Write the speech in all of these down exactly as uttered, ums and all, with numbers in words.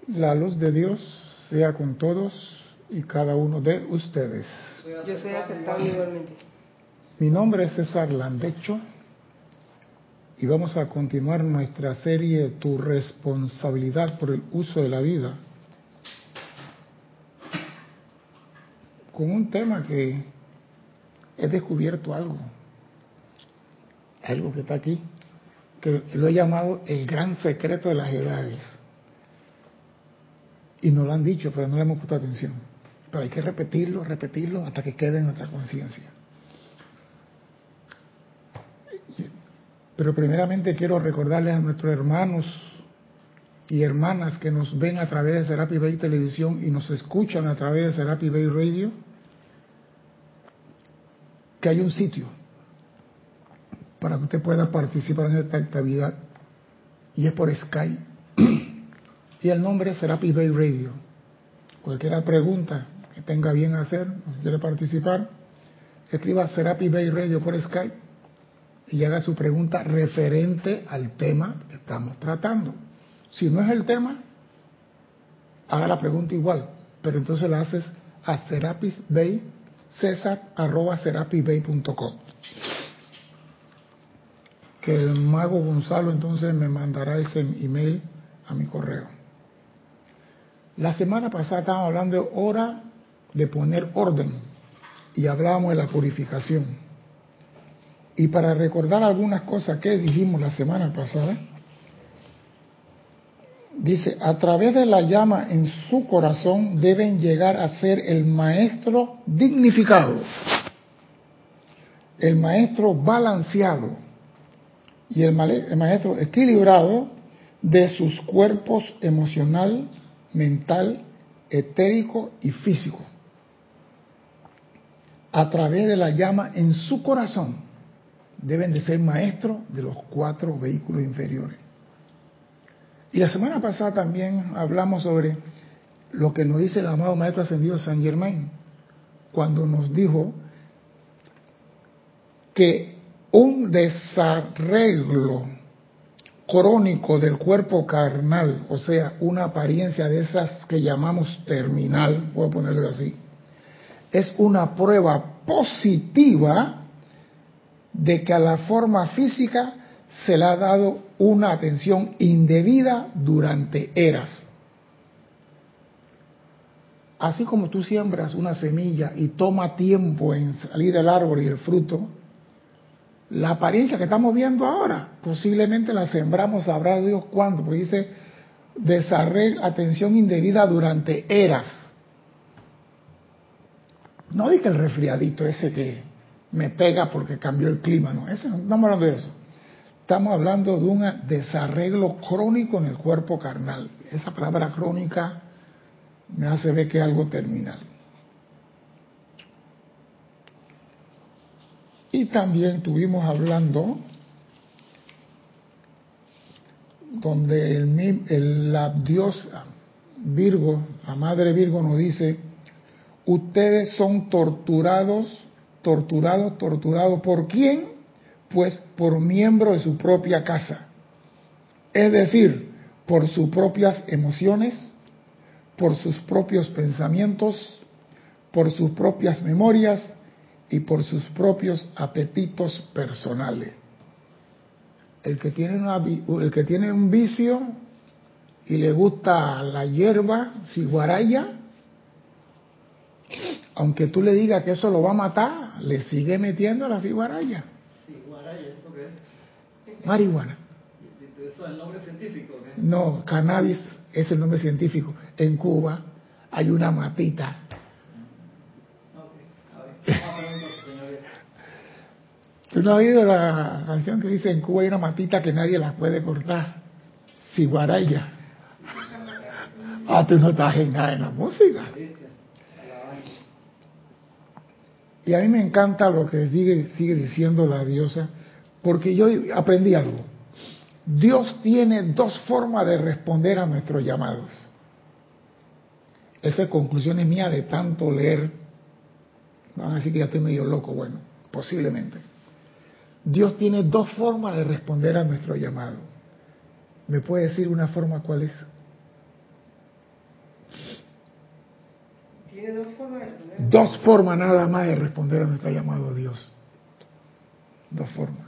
La luz de Dios sea con todos y cada uno de ustedes. Yo soy aceptable igualmente. Mi nombre es César Landecho y vamos a continuar nuestra serie Tu responsabilidad por el uso de la vida con un tema que he descubierto algo, algo que está aquí, que lo he llamado el gran secreto de las edades. Y nos lo han dicho, pero no le hemos puesto atención. Pero hay que repetirlo, repetirlo hasta que quede en nuestra conciencia. Pero primeramente quiero recordarles a nuestros hermanos y hermanas que nos ven a través de Serapis Bay Televisión y nos escuchan a través de Serapis Bay Radio, que hay un sitio para que usted pueda participar en esta actividad, y es por Skype. Y el nombre es Serapis Bay Radio. Cualquier pregunta que tenga bien hacer, o quiere participar, escriba Serapis Bay Radio por Skype y haga su pregunta referente al tema que estamos tratando. Si no es el tema, haga la pregunta igual, pero entonces la haces a Serapis Bay, César arroba serapisbay punto com. Que el mago Gonzalo entonces me mandará ese email a mi correo. La semana pasada estábamos hablando de hora de poner orden y hablábamos de la purificación. Y para recordar algunas cosas que dijimos la semana pasada, dice, a través de la llama en su corazón deben llegar a ser el maestro dignificado, el maestro balanceado y el, el maestro equilibrado de sus cuerpos emocional, mental, etérico y físico. A través de la llama en su corazón deben de ser maestros de los cuatro vehículos inferiores. Y la semana pasada también hablamos sobre lo que nos dice el amado Maestro Ascendido Saint Germain, cuando nos dijo que un desarreglo crónico del cuerpo carnal, o sea, una apariencia de esas que llamamos terminal, voy a ponerlo así, es una prueba positiva de que a la forma física se le ha dado una atención indebida durante eras. Así como tú siembras una semilla y toma tiempo en salir el árbol y el fruto, la apariencia que estamos viendo ahora, posiblemente la sembramos, sabrá Dios cuándo, porque dice desarreglo, atención indebida durante eras. No diga el resfriadito ese que me pega porque cambió el clima, no, ese no estamos hablando de eso. Estamos hablando de un desarreglo crónico en el cuerpo carnal. Esa palabra crónica me hace ver que es algo terminal. Y también estuvimos hablando donde el, el, la diosa Virgo, la madre Virgo nos dice, ustedes son torturados, torturados, torturados, ¿por quién? Pues por miembros de su propia casa. Es decir, por sus propias emociones, por sus propios pensamientos, por sus propias memorias y por sus propios apetitos personales. El que tiene una, el que tiene un vicio y le gusta la hierba ciguaraya, aunque tú le digas que eso lo va a matar, le sigue metiendo la ciguaraya. ¿Ciguaraya esto qué es? Marihuana. ¿Eso es el nombre científico? ¿Qué? No, cannabis es el nombre científico. En Cuba hay una matita. ¿Tú no has oído la canción que dice en Cuba hay una matita que nadie la puede cortar? Ciguaraya. Ah, tú no estás en nada en la música. Y a mí me encanta lo que sigue, sigue diciendo la diosa, porque yo aprendí algo. Dios tiene dos formas de responder a nuestros llamados. Esa conclusión es mía de tanto leer. Van a decir que ya estoy medio loco. Bueno, posiblemente. Dios tiene dos formas de responder a nuestro llamado. ¿Me puede decir una forma cuál es? dos formas nada más de responder a nuestro llamado a Dios. Dos formas.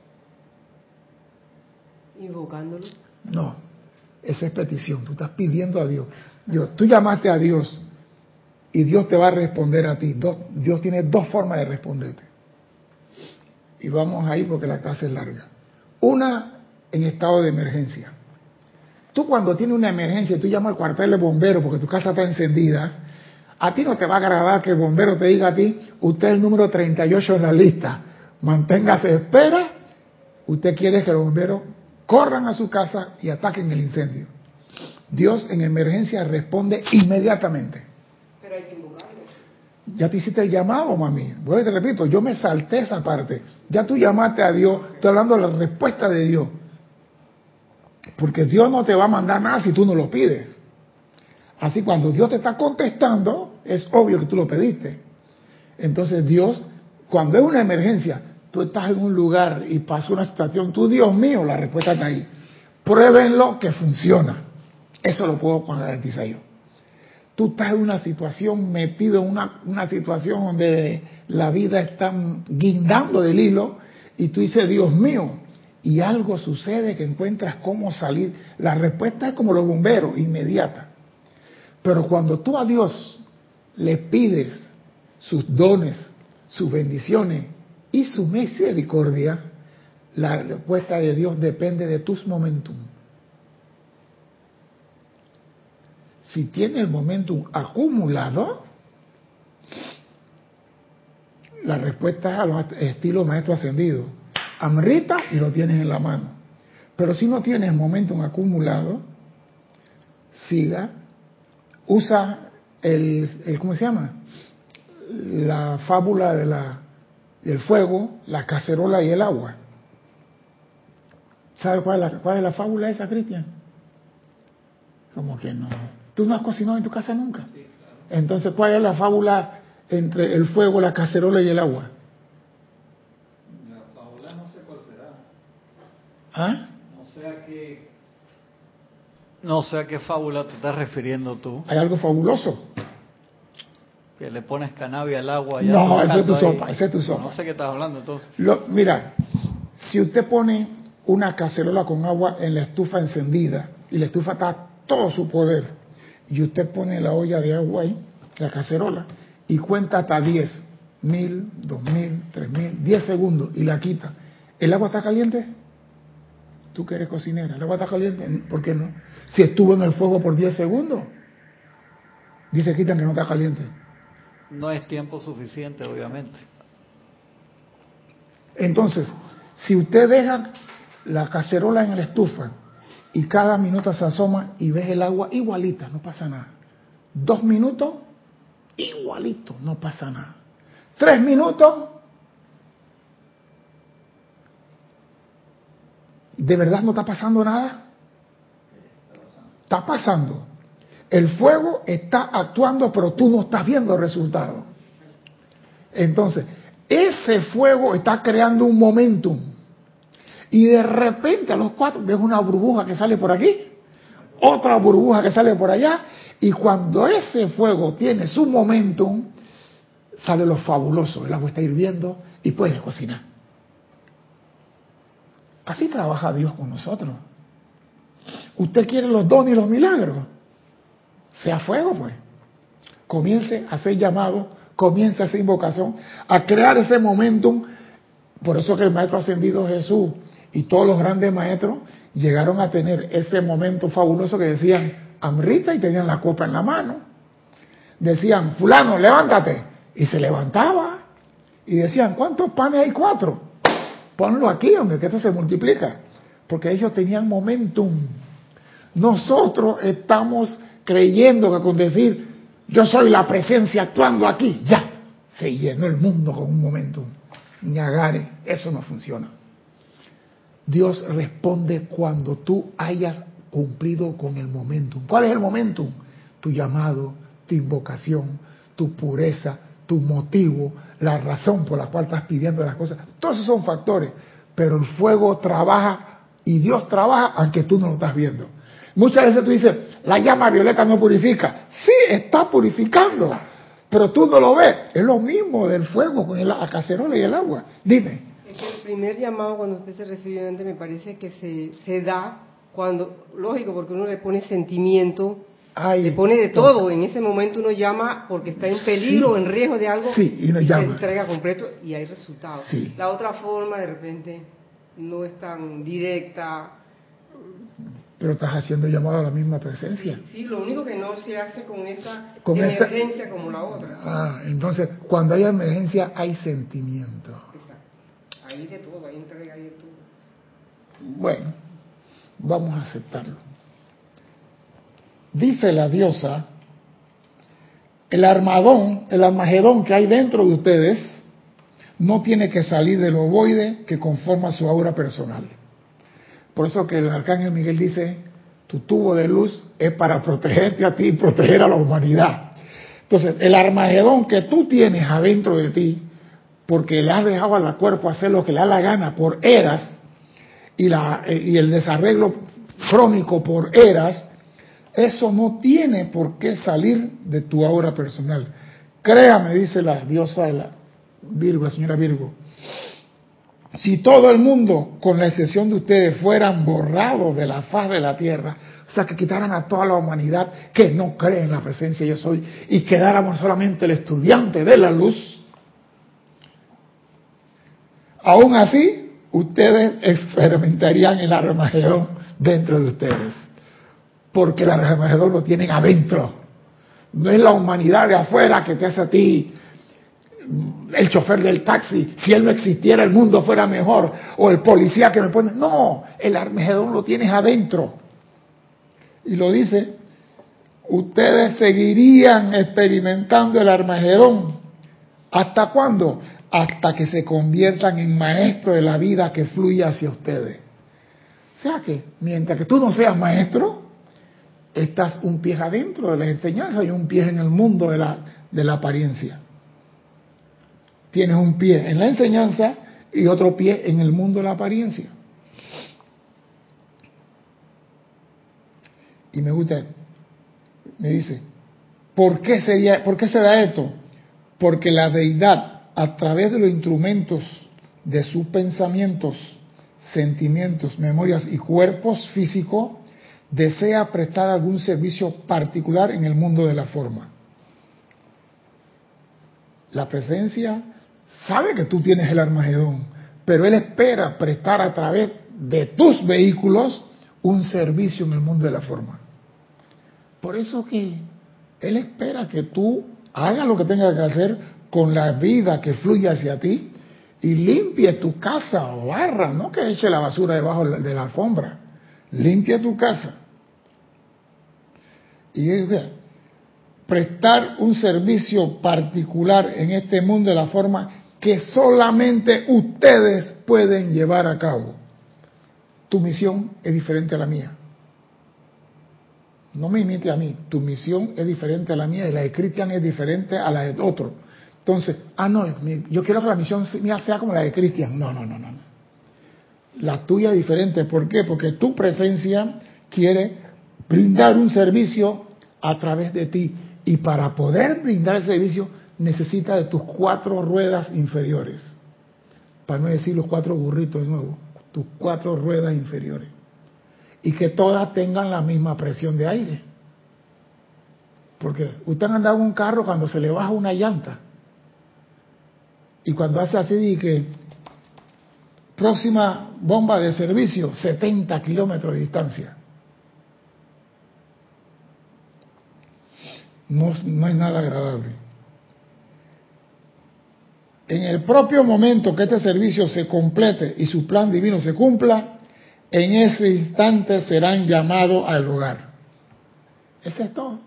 Invocándolo. No, esa es petición. Tú estás pidiendo a Dios. Dios, tú llamaste a Dios y Dios te va a responder a ti. Dos, Dios tiene dos formas de responderte. Y vamos ahí porque la clase es larga. Una, en estado de emergencia. Tú cuando tienes una emergencia, tú llamas al cuartel de bomberos porque tu casa está encendida. A ti no te va a agradar que el bombero te diga a ti, usted es el número treinta y ocho en la lista, manténgase espera. Usted quiere que los bomberos corran a su casa y ataquen el incendio. Dios en emergencia responde inmediatamente. Pero hay que invocarlo. Ya tú hiciste el llamado, mami. Vuelvo y te repito, yo me salté esa parte. Ya tú llamaste a Dios, estoy hablando de la respuesta de Dios. Porque Dios no te va a mandar nada si tú no lo pides. Así cuando Dios te está contestando, es obvio que tú lo pediste. Entonces Dios, cuando es una emergencia, tú estás en un lugar y pasa una situación, tú, Dios mío, la respuesta está ahí. Pruébenlo que funciona. Eso lo puedo garantizar yo. Tú estás en una situación, metido en una, una situación donde la vida está guindando del hilo y tú dices, Dios mío, y algo sucede que encuentras cómo salir. La respuesta es como los bomberos, inmediata. Pero cuando tú a Dios le pides sus dones, sus bendiciones y su misericordia, la respuesta de Dios depende de tus momentum. Si tienes el momentum acumulado, la respuesta es a los estilos maestro ascendido. Amrita y lo tienes en la mano. Pero si no tienes momentum acumulado, siga, usa el, el ¿cómo se llama? La fábula de la, del fuego, la cacerola y el agua. ¿Sabes cuál es la, cuál es la fábula esa, Cristian? Como que no. ¿Tú no has cocinado en tu casa nunca? Entonces, ¿cuál es la fábula entre el fuego, la cacerola y el agua? La fábula no sé cuál será. ¿Ah? No sé a qué, no sé a qué fábula te estás refiriendo tú. ¿Hay algo fabuloso? Que le pones cannabis al agua. Ya No, esa es tu ahí. sopa, esa es tu sopa. No sé qué estás hablando entonces. Lo, mira, si usted pone una cacerola con agua en la estufa encendida y la estufa está a todo su poder y usted pone la olla de agua ahí, la cacerola, y cuenta hasta diez, mil, dos mil, tres mil, diez segundos y la quita, ¿el agua está caliente? Tú que eres cocinera, ¿el agua está caliente? ¿Por qué no? Si estuvo en el fuego por diez segundos, dice quitan que no está caliente. No es tiempo suficiente, obviamente. Entonces, si usted deja la cacerola en la estufa y cada minuto se asoma y ves el agua igualita, no pasa nada. Dos minutos, igualito, no pasa nada. Tres minutos, ¿de verdad no está pasando nada? Está pasando. El fuego está actuando, pero tú no estás viendo el resultado. Entonces, ese fuego está creando un momentum. Y de repente a los cuatro ves una burbuja que sale por aquí, otra burbuja que sale por allá, y cuando ese fuego tiene su momentum, sale lo fabuloso. El agua está hirviendo y puedes cocinar. Así trabaja Dios con nosotros. ¿Usted quiere los dones y los milagros? Sea fuego, pues. Comience a hacer llamado, comience a hacer invocación, a crear ese momentum. Por eso que el Maestro Ascendido Jesús y todos los grandes maestros llegaron a tener ese momento fabuloso que decían Amrita y tenían la copa en la mano. Decían, fulano, levántate. Y se levantaba. Y decían, ¿cuántos panes hay? Cuatro. Ponlo aquí, hombre, que esto se multiplica. Porque ellos tenían momentum. Nosotros estamos creyendo que con decir, yo soy la presencia actuando aquí, ya, se llenó el mundo con un momentum. Ñagare, eso no funciona. Dios responde cuando tú hayas cumplido con el momentum. ¿Cuál es el momentum? Tu llamado, tu invocación, tu pureza, tu motivo, la razón por la cual estás pidiendo las cosas. Todos esos son factores, pero el fuego trabaja y Dios trabaja aunque tú no lo estás viendo. Muchas veces tú dices, la llama violeta no purifica. Sí, está purificando, pero tú no lo ves. Es lo mismo del fuego con la cacerola y el agua. Dime. Es que el primer llamado, cuando usted se refirió antes, me parece que se, se da cuando, lógico, porque uno le pone sentimiento, Ay, le pone de todo. En ese momento uno llama porque está en peligro, sí, en riesgo de algo, sí, y, uno y llama. se entrega completo y hay resultados. Sí. La otra forma, de repente, no es tan directa. Pero estás haciendo llamado a la misma presencia. Sí, sí, lo único que no se hace con esa Con emergencia esa... como la otra. Ah, entonces, cuando hay emergencia hay sentimiento. Exacto. Hay de todo, hay entrega, hay de todo. Bueno, vamos a aceptarlo. Dice la diosa, el armadón, el armagedón que hay dentro de ustedes no tiene que salir del ovoide que conforma su aura personal. Por eso que el arcángel Miguel dice, tu tubo de luz es para protegerte a ti y proteger a la humanidad. Entonces, el armagedón que tú tienes adentro de ti, porque le has dejado al cuerpo hacer lo que le da la gana por eras, y, la, y el desarreglo crónico por eras, eso no tiene por qué salir de tu aura personal. Créame, dice la diosa de la Virgo, la señora Virgo, si todo el mundo, con la excepción de ustedes, fueran borrados de la faz de la tierra, o sea, que quitaran a toda la humanidad que no cree en la presencia yo soy, y quedáramos solamente el estudiante de la luz, aún así, ustedes experimentarían el Armagedón dentro de ustedes. Porque el Armagedón lo tienen adentro. No es la humanidad de afuera que te hace a ti el chofer del taxi, si él no existiera el mundo fuera mejor, o el policía que me pone, no, el Armagedón lo tienes adentro. Y lo dice, ustedes seguirían experimentando el Armagedón. ¿Hasta cuándo? Hasta que se conviertan en maestros de la vida que fluye hacia ustedes. O sea que, mientras que tú no seas maestro, estás un pie adentro de la enseñanza y un pie en el mundo de la, de la apariencia. Tienes un pie en la enseñanza y otro pie en el mundo de la apariencia. Y me gusta, me dice, ¿por qué, sería, ¿por qué se da esto? Porque la deidad, a través de los instrumentos de sus pensamientos, sentimientos, memorias y cuerpos físicos, desea prestar algún servicio particular en el mundo de la forma. La presencia sabe que tú tienes el Armagedón, pero él espera prestar a través de tus vehículos un servicio en el mundo de la forma. Por eso que él espera que tú hagas lo que tengas que hacer con la vida que fluye hacia ti y limpie tu casa o barra, no que eche la basura debajo de la alfombra, limpia tu casa. Y prestar un servicio particular en este mundo de la forma que solamente ustedes pueden llevar a cabo. Tu misión es diferente a la mía. No me imite a mí. Tu misión es diferente a la mía y la de Cristian es diferente a la de otro. Entonces, ah, no, yo quiero que la misión mía sea como la de Cristian. No, no, no, no. La tuya es diferente. ¿Por qué? Porque tu presencia quiere brindar un servicio a través de ti. Y para poder brindar el servicio necesita de tus cuatro ruedas inferiores. Para no decir los cuatro burritos de nuevo. Tus cuatro ruedas inferiores. Y que todas tengan la misma presión de aire. Porque usted ha andado en un carro cuando se le baja una llanta. Y cuando hace así y que próxima bomba de servicio, setenta kilómetros de distancia. No, no es nada agradable. En el propio momento que este servicio se complete y su plan divino se cumpla, en ese instante serán llamados al hogar. Eso es todo.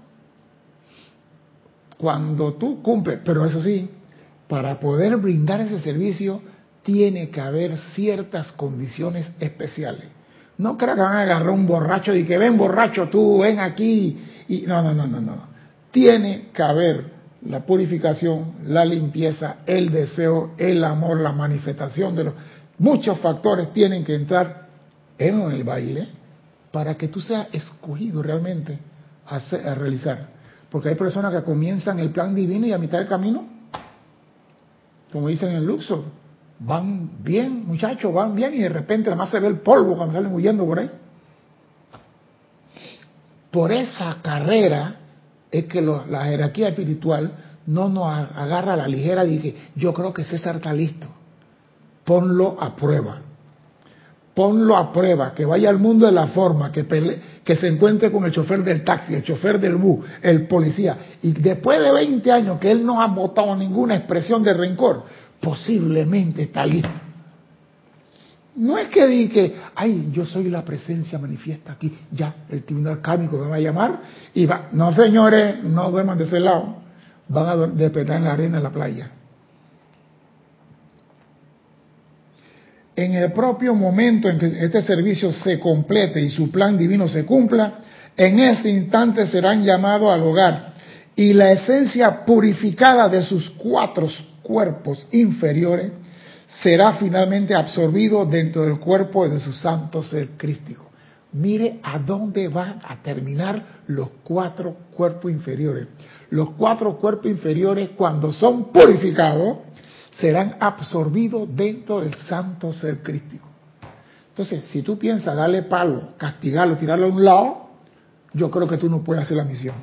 Cuando tú cumples, pero eso sí, para poder brindar ese servicio tiene que haber ciertas condiciones especiales. No crean que van a agarrar un borracho y que ven borracho tú, ven aquí. Y no, no, no, no, no. Tiene que haber la purificación, la limpieza, el deseo, el amor, la manifestación de los... Muchos factores tienen que entrar en el baile para que tú seas escogido realmente a, hacer, a realizar. Porque hay personas que comienzan el plan divino y a mitad del camino, como dicen en Luxor, van bien, muchachos, van bien, y de repente además se ve el polvo cuando salen huyendo por ahí. Por esa carrera es que lo, la jerarquía espiritual no nos agarra a la ligera y dice, yo creo que César está listo. Ponlo a prueba. Ponlo a prueba, que vaya al mundo de la forma, que, pele, que se encuentre con el chofer del taxi, el chofer del bus, el policía. Y después de veinte años que él no ha botado ninguna expresión de rencor, posiblemente está listo. No es que diga que, ay, yo soy la presencia manifiesta aquí, ya, el tribunal kármico me va a llamar y va. No, señores, no duerman de ese lado, van a despertar en la arena, en la playa. En el propio momento en que este servicio se complete y su plan divino se cumpla, en ese instante serán llamados al hogar y la esencia purificada de sus cuatro cuerpos inferiores será finalmente absorbido dentro del cuerpo de su santo ser crístico. Mire a dónde van a terminar los cuatro cuerpos inferiores. Los cuatro cuerpos inferiores, cuando son purificados, serán absorbidos dentro del santo ser crístico. Entonces, si tú piensas darle palo, castigarlo, tirarlo a un lado, yo creo que tú no puedes hacer la misión.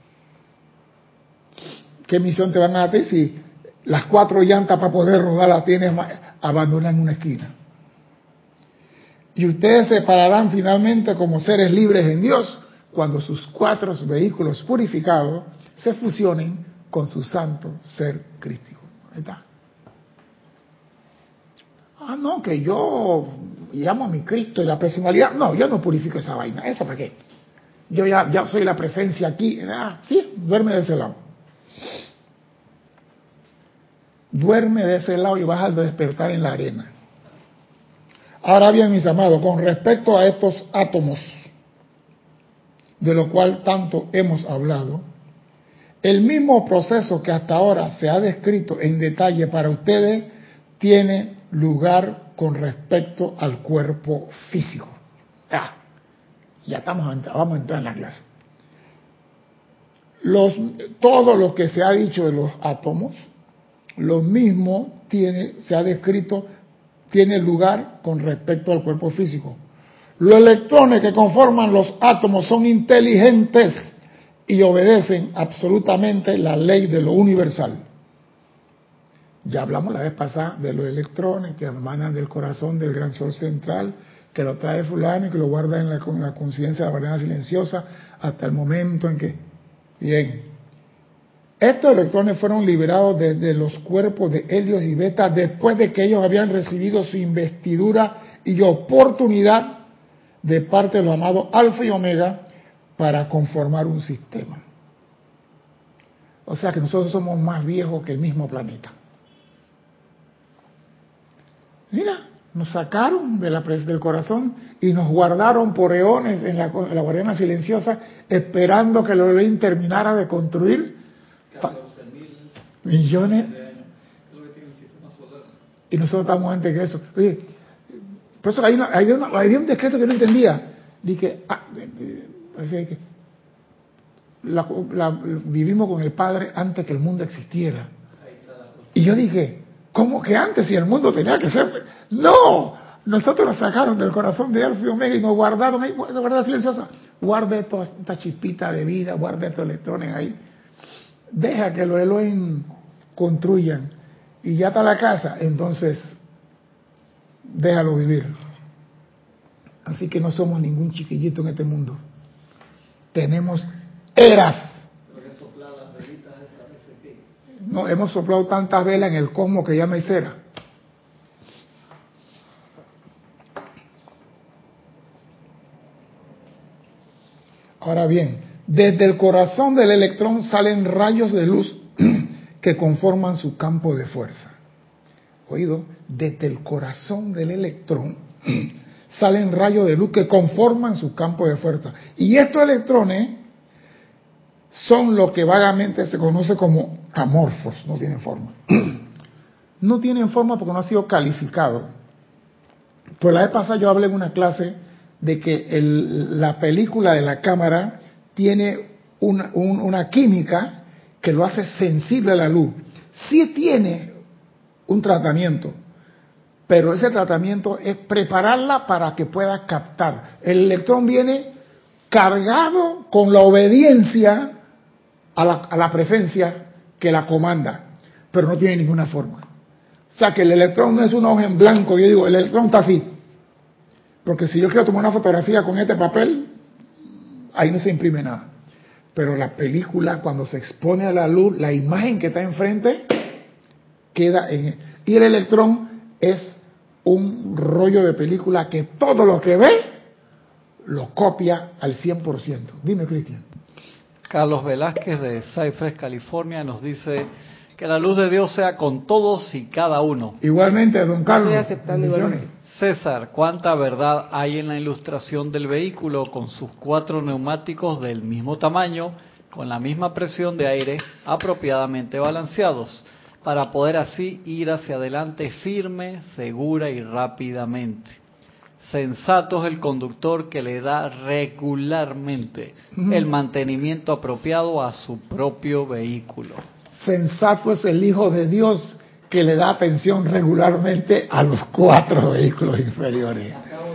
¿Qué misión te van a dar si las cuatro llantas para poder rodar las tienes abandonadas en una esquina? Y ustedes se pararán finalmente como seres libres en Dios cuando sus cuatro vehículos purificados se fusionen con su santo ser crístico. Ahí está. Ah, no, que yo llamo a mi Cristo y la personalidad. No, yo no purifico esa vaina. ¿Eso para qué? Yo ya, ya soy la presencia aquí. Ah, sí, duerme de ese lado. Duerme de ese lado y vas a despertar en la arena. Ahora bien, mis amados, con respecto a estos átomos, de lo cual tanto hemos hablado, el mismo proceso que hasta ahora se ha descrito en detalle para ustedes tiene lugar con respecto al cuerpo físico. Ah, ya estamos a, vamos a entrar en la clase. Los, todo lo que se ha dicho de los átomos, lo mismo tiene, se ha descrito, tiene lugar con respecto al cuerpo físico. Los electrones que conforman los átomos son inteligentes y obedecen absolutamente la ley de lo universal. Ya hablamos la vez pasada de los electrones que emanan del corazón del gran sol central, que lo trae fulano y que lo guarda en la, en la conciencia de la guardiana silenciosa hasta el momento en que... Bien. Estos electrones fueron liberados desde los cuerpos de helios y beta después de que ellos habían recibido su investidura y oportunidad de parte de los amados alfa y omega para conformar un sistema. O sea que nosotros somos más viejos que el mismo planeta. Mira, nos sacaron de la del corazón y nos guardaron por eones en la, en la guardiana silenciosa esperando que el Elohim terminara de construir catorce mil millones de años. Es lo que tiene el sistema solar. Y nosotros estamos antes que eso. Oye, por eso hay, una, hay, una, hay un decreto que no entendía. Dije, ah, que la, la, vivimos con el Padre antes que el mundo existiera. Y yo dije, ¿cómo que antes si el mundo tenía que ser? ¡No! Nosotros nos sacaron del corazón de Alfa y Omega y nos guardaron ahí, guarda silenciosa. Guarda esta chispita de vida, guarda estos electrones ahí. Deja que los Elohim construyan y ya está la casa, entonces déjalo vivir. Así que no somos ningún chiquillito en este mundo. Tenemos eras. No, hemos soplado tantas velas en el cosmos que ya no hay cera. Ahora bien, desde el corazón del electrón salen rayos de luz que conforman su campo de fuerza. Oído, desde el corazón del electrón salen rayos de luz que conforman su campo de fuerza. Y estos electrones son lo que vagamente se conoce como amorfos, no tienen forma. No tienen forma porque no ha sido calificado. Pues la vez pasada yo hablé en una clase de que el, la película de la cámara tiene una, un, una química que lo hace sensible a la luz. Sí tiene un tratamiento, pero ese tratamiento es prepararla para que pueda captar. El electrón viene cargado con la obediencia a la, a la presencia que la comanda, pero no tiene ninguna forma. O sea que el electrón no es una hoja en blanco. Yo digo, el electrón está así. Porque si yo quiero tomar una fotografía con este papel, ahí no se imprime nada. Pero la película, cuando se expone a la luz, la imagen que está enfrente queda en... Y el electrón es un rollo de película que todo lo que ve lo copia al cien por ciento. Dime, Cristian. Carlos Velázquez de Cypress, California, nos dice que la luz de Dios sea con todos y cada uno. Igualmente, don Carlos. Estoy aceptando igualmente. César, ¿cuánta verdad hay en la ilustración del vehículo con sus cuatro neumáticos del mismo tamaño, con la misma presión de aire, apropiadamente balanceados, para poder así ir hacia adelante firme, segura y rápidamente? Sensato es el conductor que le da regularmente el mantenimiento apropiado a su propio vehículo. Sensato es el Hijo de Dios que le da atención regularmente a los cuatro vehículos inferiores.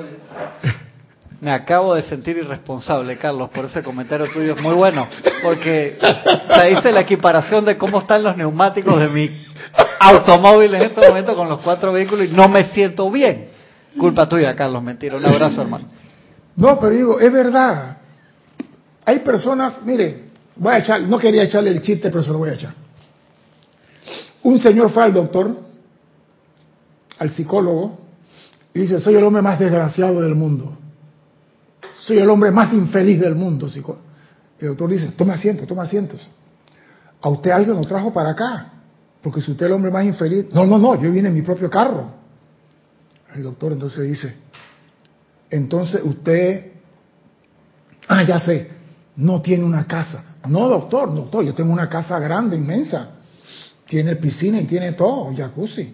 Me acabo de sentir irresponsable, Carlos, por ese comentario tuyo. Es muy bueno, porque se dice la equiparación de cómo están los neumáticos de mi automóvil en este momento con los cuatro vehículos y no me siento bien. Culpa tuya, Carlos, mentira. Un abrazo, hermano. No, pero digo, es verdad. Hay personas, mire, voy a echar, no quería echarle el chiste, pero se lo voy a echar. Un señor fue al doctor, al psicólogo, y dice, soy el hombre más desgraciado del mundo. Soy el hombre más infeliz del mundo. El doctor dice, tome asiento, tome asientos. A usted alguien lo trajo para acá, porque si usted es el hombre más infeliz... No, no, no, yo vine en mi propio carro. El doctor entonces dice, entonces usted... Ah, ya sé, no tiene una casa. No, doctor, doctor, yo tengo una casa grande, inmensa. Tiene piscina y tiene todo, jacuzzi.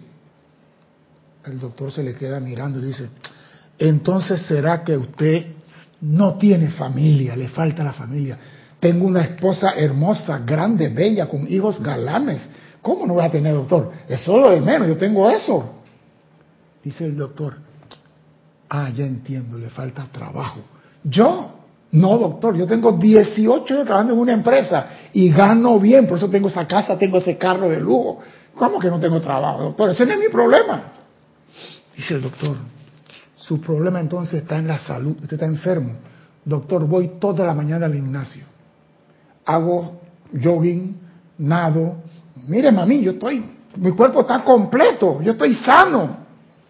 El doctor se le queda mirando y dice, entonces será que usted no tiene familia, le falta la familia. Tengo una esposa hermosa, grande, bella, con hijos galanes. ¿Cómo no voy a tener, doctor? Eso es lo de menos, yo tengo eso. Dice el doctor, ah, ya entiendo, le falta trabajo. ¿Yo? No, doctor, yo tengo dieciocho años trabajando en una empresa y gano bien, por eso tengo esa casa, tengo ese carro de lujo. ¿Cómo que no tengo trabajo, doctor? Ese no es mi problema. Dice el doctor, su problema entonces está en la salud, usted está enfermo. Doctor, voy toda la mañana al gimnasio, hago jogging, nado. Mire, mami, yo estoy, mi cuerpo está completo, yo estoy sano.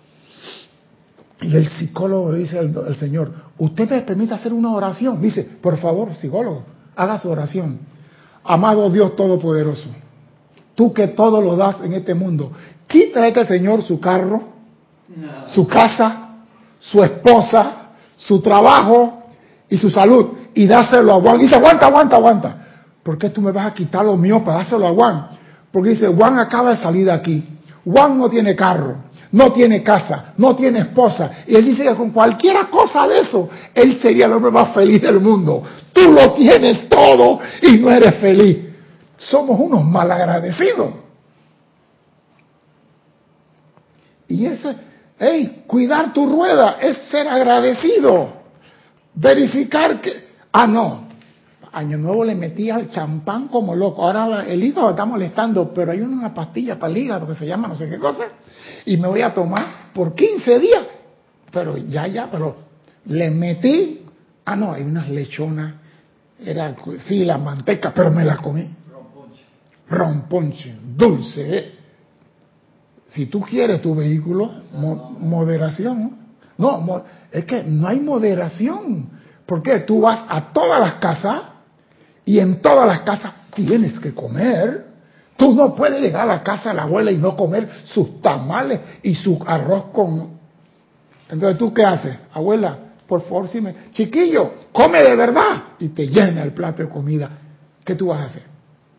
Y el psicólogo le dice al, al señor, ¿usted me permite hacer una oración? Dice, por favor, psicólogo, haga su oración. Amado Dios Todopoderoso, tú que todo lo das en este mundo, quita a este señor su carro, no. su casa, su esposa, su trabajo y su salud, y dáselo a Juan. Dice, aguanta, aguanta, aguanta. ¿Por qué tú me vas a quitar lo mío para dárselo a Juan? Porque dice, Juan acaba de salir de aquí. Juan no tiene carro, no tiene casa, no tiene esposa. Y él dice que con cualquier cosa de eso, él sería el hombre más feliz del mundo. Tú lo tienes todo y no eres feliz. Somos unos malagradecidos. Y ese, hey, cuidar tu rueda es ser agradecido. Verificar que, ah, no, Año Nuevo le metía el champán como loco. Ahora el hígado está molestando, pero hay una pastilla para el hígado que se llama no sé qué cosa. Y me voy a tomar por quince días. Pero ya, ya, pero le metí. Ah, no, hay unas lechonas. Era, sí, la manteca, pero me la comí. Romponche. Romponche, dulce. ¿eh? Si tú quieres tu vehículo, mo, moderación. No, mo, es que no hay moderación. Porque tú vas a todas las casas. Y en todas las casas tienes que comer. Tú no puedes llegar a la casa de la abuela y no comer sus tamales y su arroz con... Entonces, ¿tú qué haces? Abuela, por favor, si me... Chiquillo, come de verdad. Y te llena el plato de comida. ¿Qué tú vas a hacer?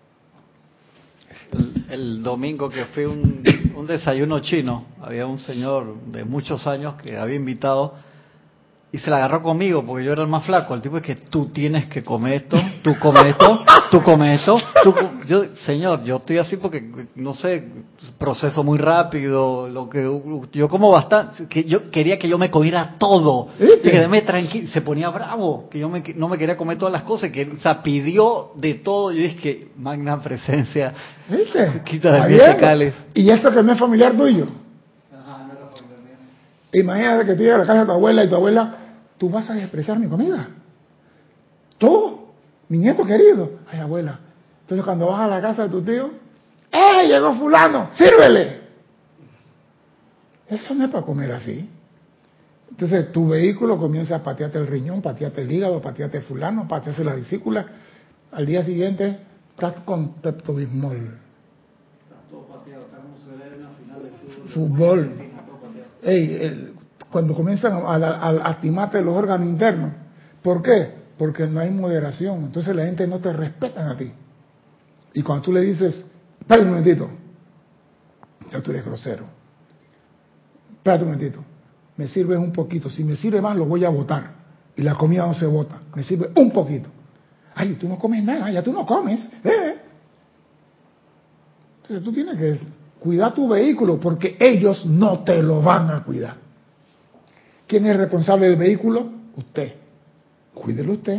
El, el domingo que fui a un, un desayuno chino, había un señor de muchos años que había invitado y se la agarró conmigo porque yo era el más flaco. El tipo es que tú tienes que comer esto, tú comes esto, tú comes esto. Tú com yo, señor, yo estoy así porque, no sé, proceso muy rápido, lo que yo como bastante, que yo quería que yo me comiera todo. Y quedéme tranquilo, se ponía bravo, que yo me, no me quería comer todas las cosas, que, o sea, pidió de todo. Yo dije que magna presencia, ¿viste? quita de mis fecales. Y eso que no es familiar tuyo. Ajá, no era familiar mío. Imagínate que tú llegas a la casa de tu abuela y tu abuela, tú vas a despreciar mi comida. Todo, mi nieto querido. Ay, abuela. Entonces cuando vas a la casa de tu tío, ¡eh! Llegó fulano, sírvele. Eso no es para comer así. Entonces tu vehículo comienza a patearte el riñón, patearte el hígado, patearte fulano, patearte la vesícula. Al día siguiente estás con Pepto-Bismol. Estás todo pateado, estás como se ve en la final de fútbol. Fútbol. Ey, el, cuando comienzan a, a, a lastimarte los órganos internos. ¿Por qué? Porque no hay moderación. Entonces la gente no te respeta a ti. Y cuando tú le dices, espérate un momentito, ya tú eres grosero. Espérate un momentito, me sirves un poquito. Si me sirve más, lo voy a botar. Y la comida no se bota. Me sirve un poquito. Ay, tú no comes nada, ya tú no comes. ¿Eh? Entonces tú tienes que cuidar tu vehículo porque ellos no te lo van a cuidar. ¿Quién es responsable del vehículo? Usted. Cuídelo usted.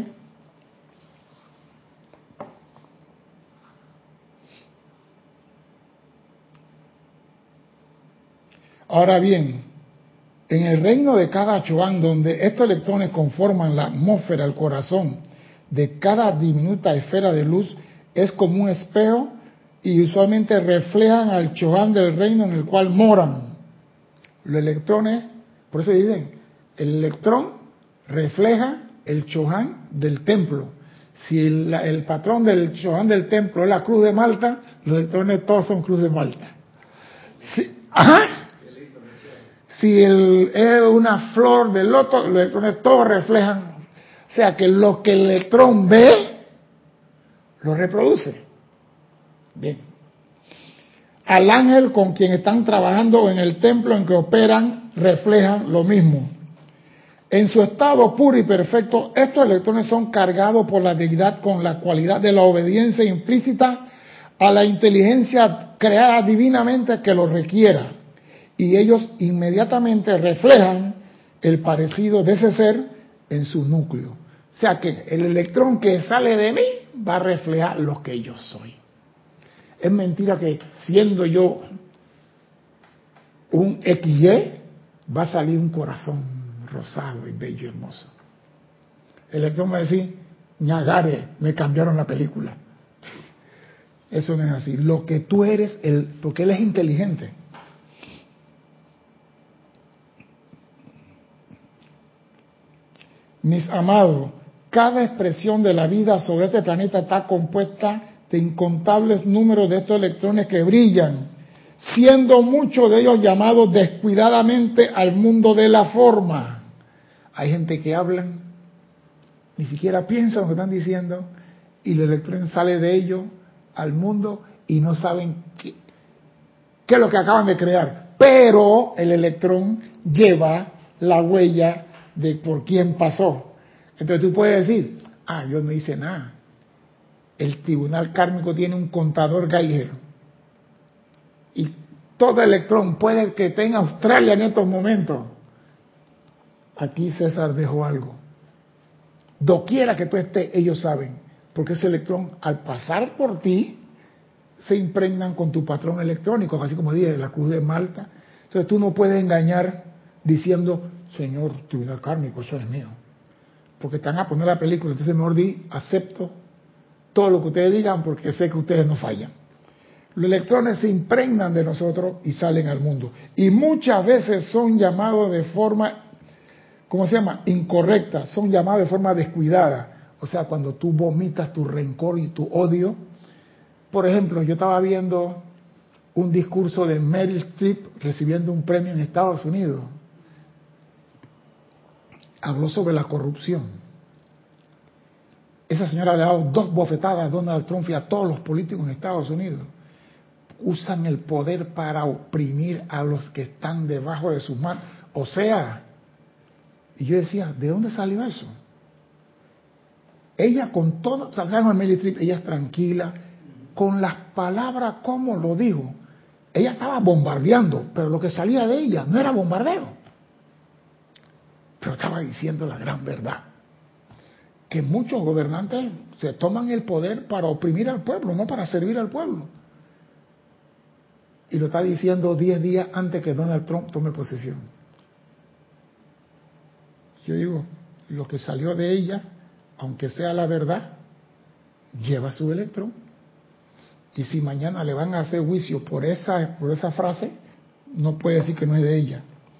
Ahora bien, en el reino de cada Choán, donde estos electrones conforman la atmósfera, el corazón de cada diminuta esfera de luz, es como un espejo y usualmente reflejan al Choán del reino en el cual moran. Los electrones, por eso dicen, el electrón refleja el Choán del templo. Si el, el patrón del Choán del templo es la cruz de Malta, los electrones todos son cruz de Malta. Si, ajá. Si el, es una flor de loto, los electrones todos reflejan. O sea que lo que el electrón ve, lo reproduce. Bien. Al ángel con quien están trabajando en el templo en que operan, reflejan lo mismo. En su estado puro y perfecto, estos electrones son cargados por la deidad con la cualidad de la obediencia implícita a la inteligencia creada divinamente que lo requiera. Y ellos inmediatamente reflejan el parecido de ese ser en su núcleo. O sea que el electrón que sale de mí va a reflejar lo que yo soy. Es mentira que siendo yo un equis ye, va a salir un corazón rosado y bello y hermoso. El electrón va a decir, ñagare, me cambiaron la película. Eso no es así. Lo que tú eres, el, porque él es inteligente. Mis amados, cada expresión de la vida sobre este planeta está compuesta de incontables números de estos electrones que brillan, siendo muchos de ellos llamados descuidadamente al mundo de la forma. Hay gente que hablan, ni siquiera piensan lo que están diciendo, y el electrón sale de ellos al mundo y no saben qué, qué es lo que acaban de crear. Pero el electrón lleva la huella de por quién pasó. Entonces tú puedes decir, ah, yo no hice nada. El tribunal kármico tiene un contador Geiger. Y todo electrón puede que tenga Australia en estos momentos. Aquí César dejó algo. Doquiera que tú estés, ellos saben. Porque ese electrón, al pasar por ti, se impregnan con tu patrón electrónico, así como dije, la cruz de Malta. Entonces tú no puedes engañar diciendo, Señor, tribunal kármico, eso es mío. Porque te van a poner la película, entonces mejor di, acepto todo lo que ustedes digan porque sé que ustedes no fallan. Los electrones se impregnan de nosotros y salen al mundo. Y muchas veces son llamados de forma, ¿cómo se llama? Incorrecta, son llamados de forma descuidada. O sea, cuando tú vomitas tu rencor y tu odio. Por ejemplo, yo estaba viendo un discurso de Meryl Streep recibiendo un premio en Estados Unidos. Habló sobre la corrupción. Esa señora le ha dado dos bofetadas a Donald Trump y a todos los políticos en Estados Unidos. Usan el poder para oprimir a los que están debajo de sus manos. O sea, Y yo decía, ¿de dónde salió eso? Ella con todo, salgamos en Meryl Streep, ella es tranquila, con las palabras como lo dijo. Ella estaba bombardeando, pero lo que salía de ella no era bombardeo. Pero estaba diciendo la gran verdad. Que muchos gobernantes se toman el poder para oprimir al pueblo, no para servir al pueblo. Y lo está diciendo diez días antes que Donald Trump tome posesión. Yo digo, lo que salió de ella, aunque sea la verdad, lleva su electrón. Y si mañana le van a hacer juicio por esa, por esa frase, no puede decir que no es de ella.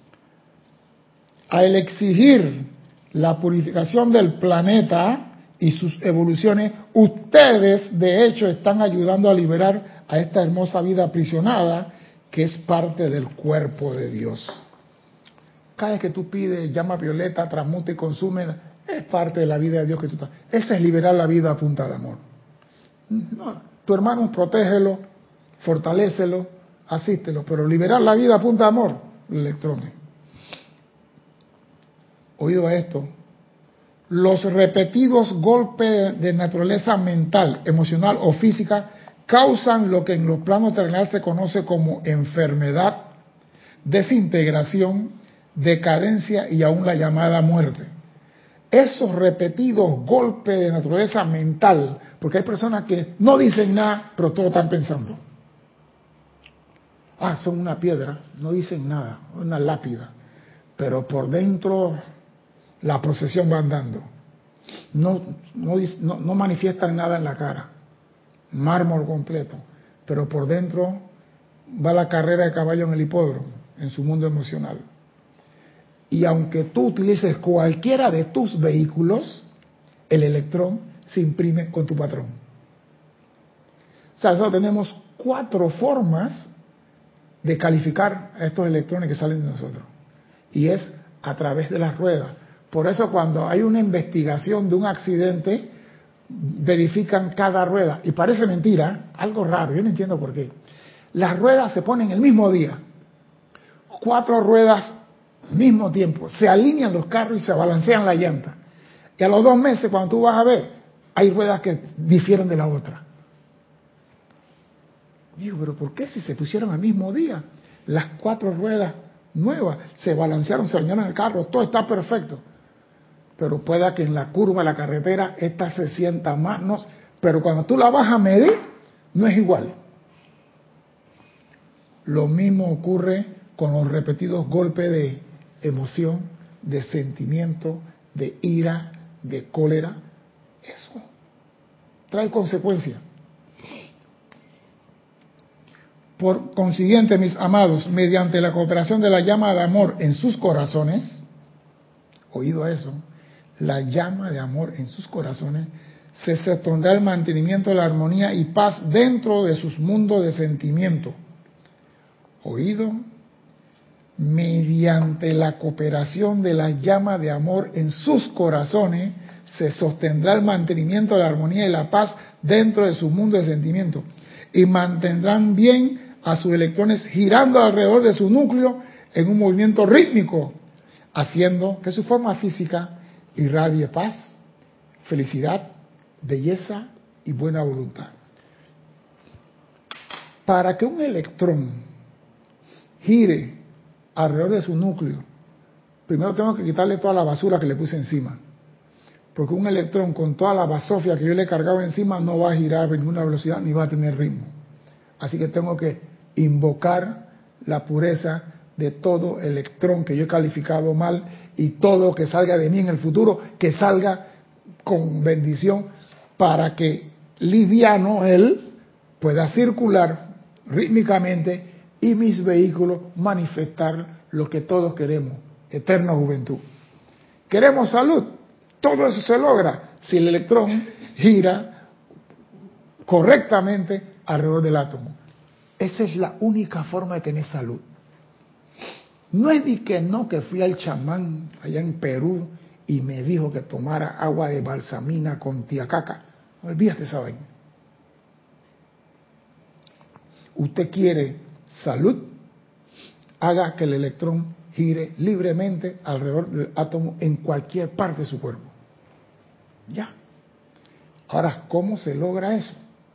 Al exigir la purificación del planeta y sus evoluciones, ustedes de hecho están ayudando a liberar a esta hermosa vida aprisionada que es parte del cuerpo de Dios. Cada vez que tú pides llama violeta, transmuta y consume, es parte de la vida de Dios que tú estás. Ese es liberar la vida a punta de amor. No, tu hermano, protégelo, fortalécelo, asístelo, pero liberar la vida a punta de amor, electrones. Oído a esto, los repetidos golpes de naturaleza mental, emocional o física causan lo que en los planos terrenales se conoce como enfermedad, desintegración, decadencia y aún la llamada muerte. Esos repetidos golpes de naturaleza mental, porque hay personas que no dicen nada, pero todo están pensando. Ah, son una piedra, no dicen nada, una lápida, pero por dentro la procesión va andando. No, no, no, no manifiestan nada en la cara, mármol completo, pero por dentro va la carrera de caballo en el hipódromo, en su mundo emocional. Y aunque tú utilices cualquiera de tus vehículos, el electrón se imprime con tu patrón. O sea, nosotros tenemos cuatro formas de calificar a estos electrones que salen de nosotros. Y es a través de las ruedas. Por eso cuando hay una investigación de un accidente, verifican cada rueda. Y parece mentira, algo raro, yo no entiendo por qué. Las ruedas se ponen el mismo día. Cuatro ruedas al mismo tiempo. Se alinean los carros y se balancean la llanta. Y a los dos meses, cuando tú vas a ver, hay ruedas que difieren de la otra. Digo, pero ¿por qué si se pusieron al mismo día? Las cuatro ruedas nuevas se balancearon, se alinearon el carro, todo está perfecto. Pero pueda que en la curva de la carretera esta se sienta más, no, pero cuando tú la vas a medir, no es igual. Lo mismo ocurre con los repetidos golpes de emoción, de sentimiento, de ira, de cólera. Eso trae consecuencias. Por consiguiente, mis amados, mediante la cooperación de la llama de amor en sus corazones, oído a eso, la llama de amor en sus corazones, se sostendrá el mantenimiento de la armonía y paz dentro de sus mundos de sentimiento. Oído, mediante la cooperación de la llama de amor en sus corazones, se sostendrá el mantenimiento de la armonía y la paz dentro de su mundo de sentimiento. Y mantendrán bien a sus electrones girando alrededor de su núcleo en un movimiento rítmico, haciendo que su forma física irradie paz, felicidad, belleza y buena voluntad. Para que un electrón gire alrededor de su núcleo, primero tengo que quitarle toda la basura que le puse encima. Porque un electrón con toda la basofia que yo le he cargado encima no va a girar a ninguna velocidad ni va a tener ritmo. Así que tengo que invocar la pureza de todo electrón que yo he calificado mal y todo que salga de mí en el futuro, que salga con bendición para que liviano él pueda circular rítmicamente y mis vehículos manifestar lo que todos queremos, eterna juventud. ¿Queremos salud? Todo eso se logra si el electrón gira correctamente alrededor del átomo. Esa es la única forma de tener salud. No es de que no, que fui al chamán allá en Perú y me dijo que tomara agua de balsamina con tiacaca. Olvídate esa vaina. Usted quiere salud, haga que el electrón gire libremente alrededor del átomo en cualquier parte de su cuerpo. Ya. Ahora, ¿cómo se logra eso?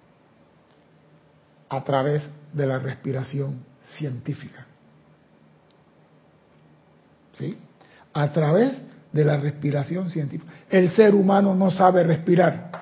A través de la respiración científica. ¿Sí? A través de la respiración científica. El ser humano no sabe respirar.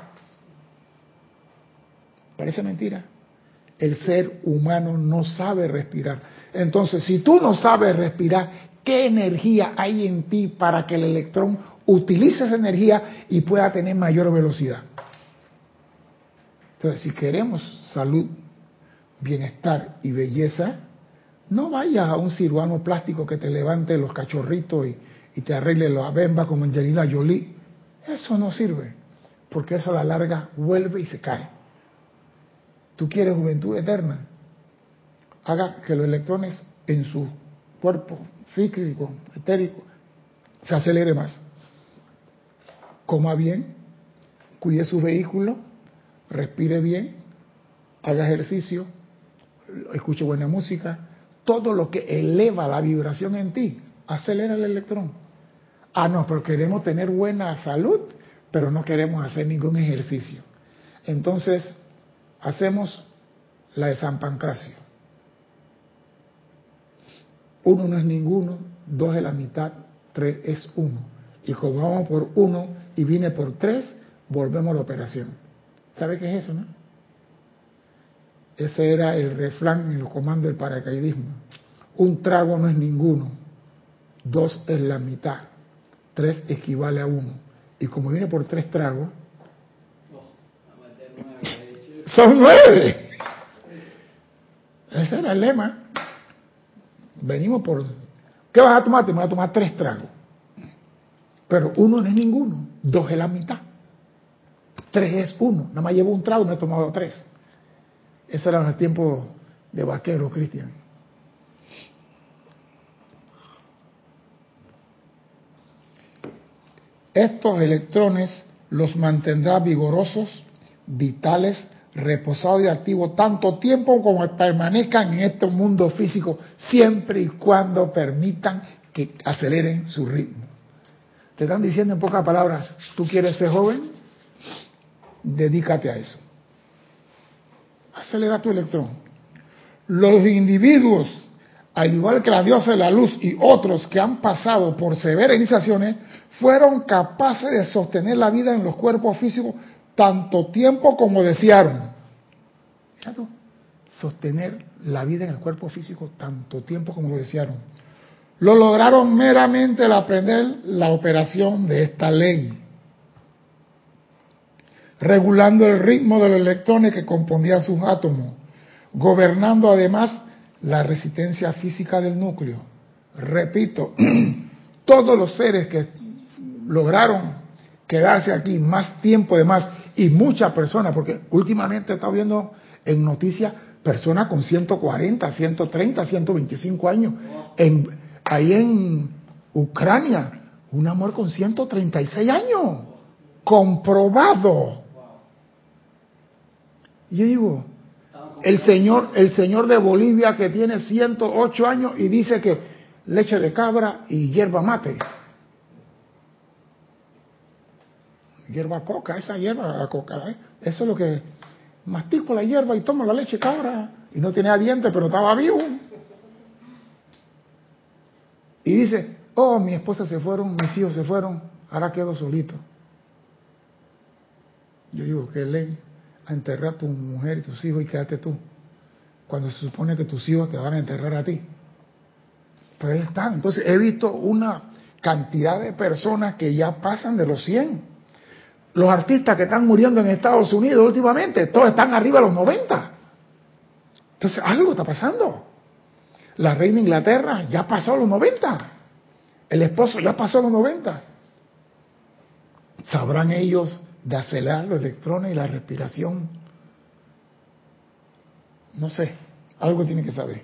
Parece mentira. El ser humano no sabe respirar. Entonces, si tú no sabes respirar, ¿qué energía hay en ti para que el electrón utilice esa energía y pueda tener mayor velocidad? Entonces, si queremos salud, bienestar y belleza, no vayas a un cirujano plástico que te levante los cachorritos y, y te arregle la bemba como Angelina Jolie. Eso no sirve, porque eso a la larga vuelve y se cae. ¿Tú quieres juventud eterna? Haga que los electrones en su cuerpo físico, etérico, se acelere más. Coma bien, cuide su vehículo, respire bien, haga ejercicio, escuche buena música. Todo lo que eleva la vibración en ti, acelera el electrón. Ah, no, pero queremos tener buena salud, pero no queremos hacer ningún ejercicio. Entonces, hacemos la de San Pancracio. Uno no es ninguno, dos es la mitad, tres es uno. Y como vamos por uno y viene por tres, volvemos a la operación. ¿Sabe qué es eso, no? Ese era el refrán en los comandos del paracaidismo. Un trago no es ninguno, dos es la mitad, tres equivale a uno. Y como viene por tres tragos, son nueve. Ese era el lema. Venimos por... ¿Qué vas a tomar? Te voy a tomar tres tragos. Pero uno no es ninguno, dos es la mitad, tres es uno. Nada más llevo un trago y me he tomado tres. Ese era el tiempo de vaquero, Cristian. Estos electrones los mantendrá vigorosos, vitales, reposados y activos tanto tiempo como permanezcan en este mundo físico, siempre y cuando permitan que aceleren su ritmo. Te están diciendo en pocas palabras, ¿tú quieres ser joven? Dedícate a eso. Acelera tu electrón. Los individuos, al igual que la diosa de la luz y otros que han pasado por severas iniciaciones, fueron capaces de sostener la vida en los cuerpos físicos tanto tiempo como desearon. Fíjate, sostener la vida en el cuerpo físico tanto tiempo como lo desearon. Lo lograron meramente al aprender la operación de esta ley, regulando el ritmo de los electrones que componían sus átomos, gobernando además la resistencia física del núcleo. Repito, todos los seres que lograron quedarse aquí más tiempo de más, y muchas personas, porque últimamente he estado viendo en noticias personas con ciento cuarenta, ciento treinta, ciento veinticinco años, en, ahí en Ucrania, una mujer con ciento treinta y seis años, comprobado. Y yo digo, el señor, el señor de Bolivia que tiene ciento ocho años y dice que leche de cabra y hierba mate. Hierba coca, esa hierba, la coca, ¿eh? Eso es lo que mastico la hierba y tomo la leche de cabra. Y no tenía dientes, pero estaba vivo. Y dice, oh, mi esposa se fueron, mis hijos se fueron, ahora quedo solito. Yo digo, qué ley, a enterrar a tu mujer y tus hijos y quédate tú, cuando se supone que tus hijos te van a enterrar a ti. Pero ahí están. Entonces he visto una cantidad de personas que ya pasan de los cien. Los artistas que están muriendo en Estados Unidos últimamente, todos están arriba de los noventa. Entonces algo está pasando. La reina de Inglaterra ya pasó los noventa. El esposo ya pasó los noventa. ¿Sabrán ellos de acelerar los electrones y la respiración? No sé, algo tienen que saber.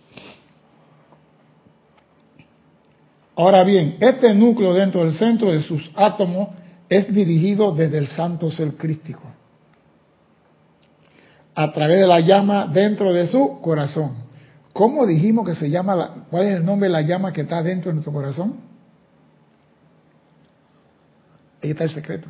Ahora bien, este núcleo dentro del centro de sus átomos es dirigido desde el santo ser crístico, a través de la llama dentro de su corazón. ¿Cómo dijimos que se llama, la, cuál es el nombre de la llama que está dentro de nuestro corazón? Ahí está el secreto.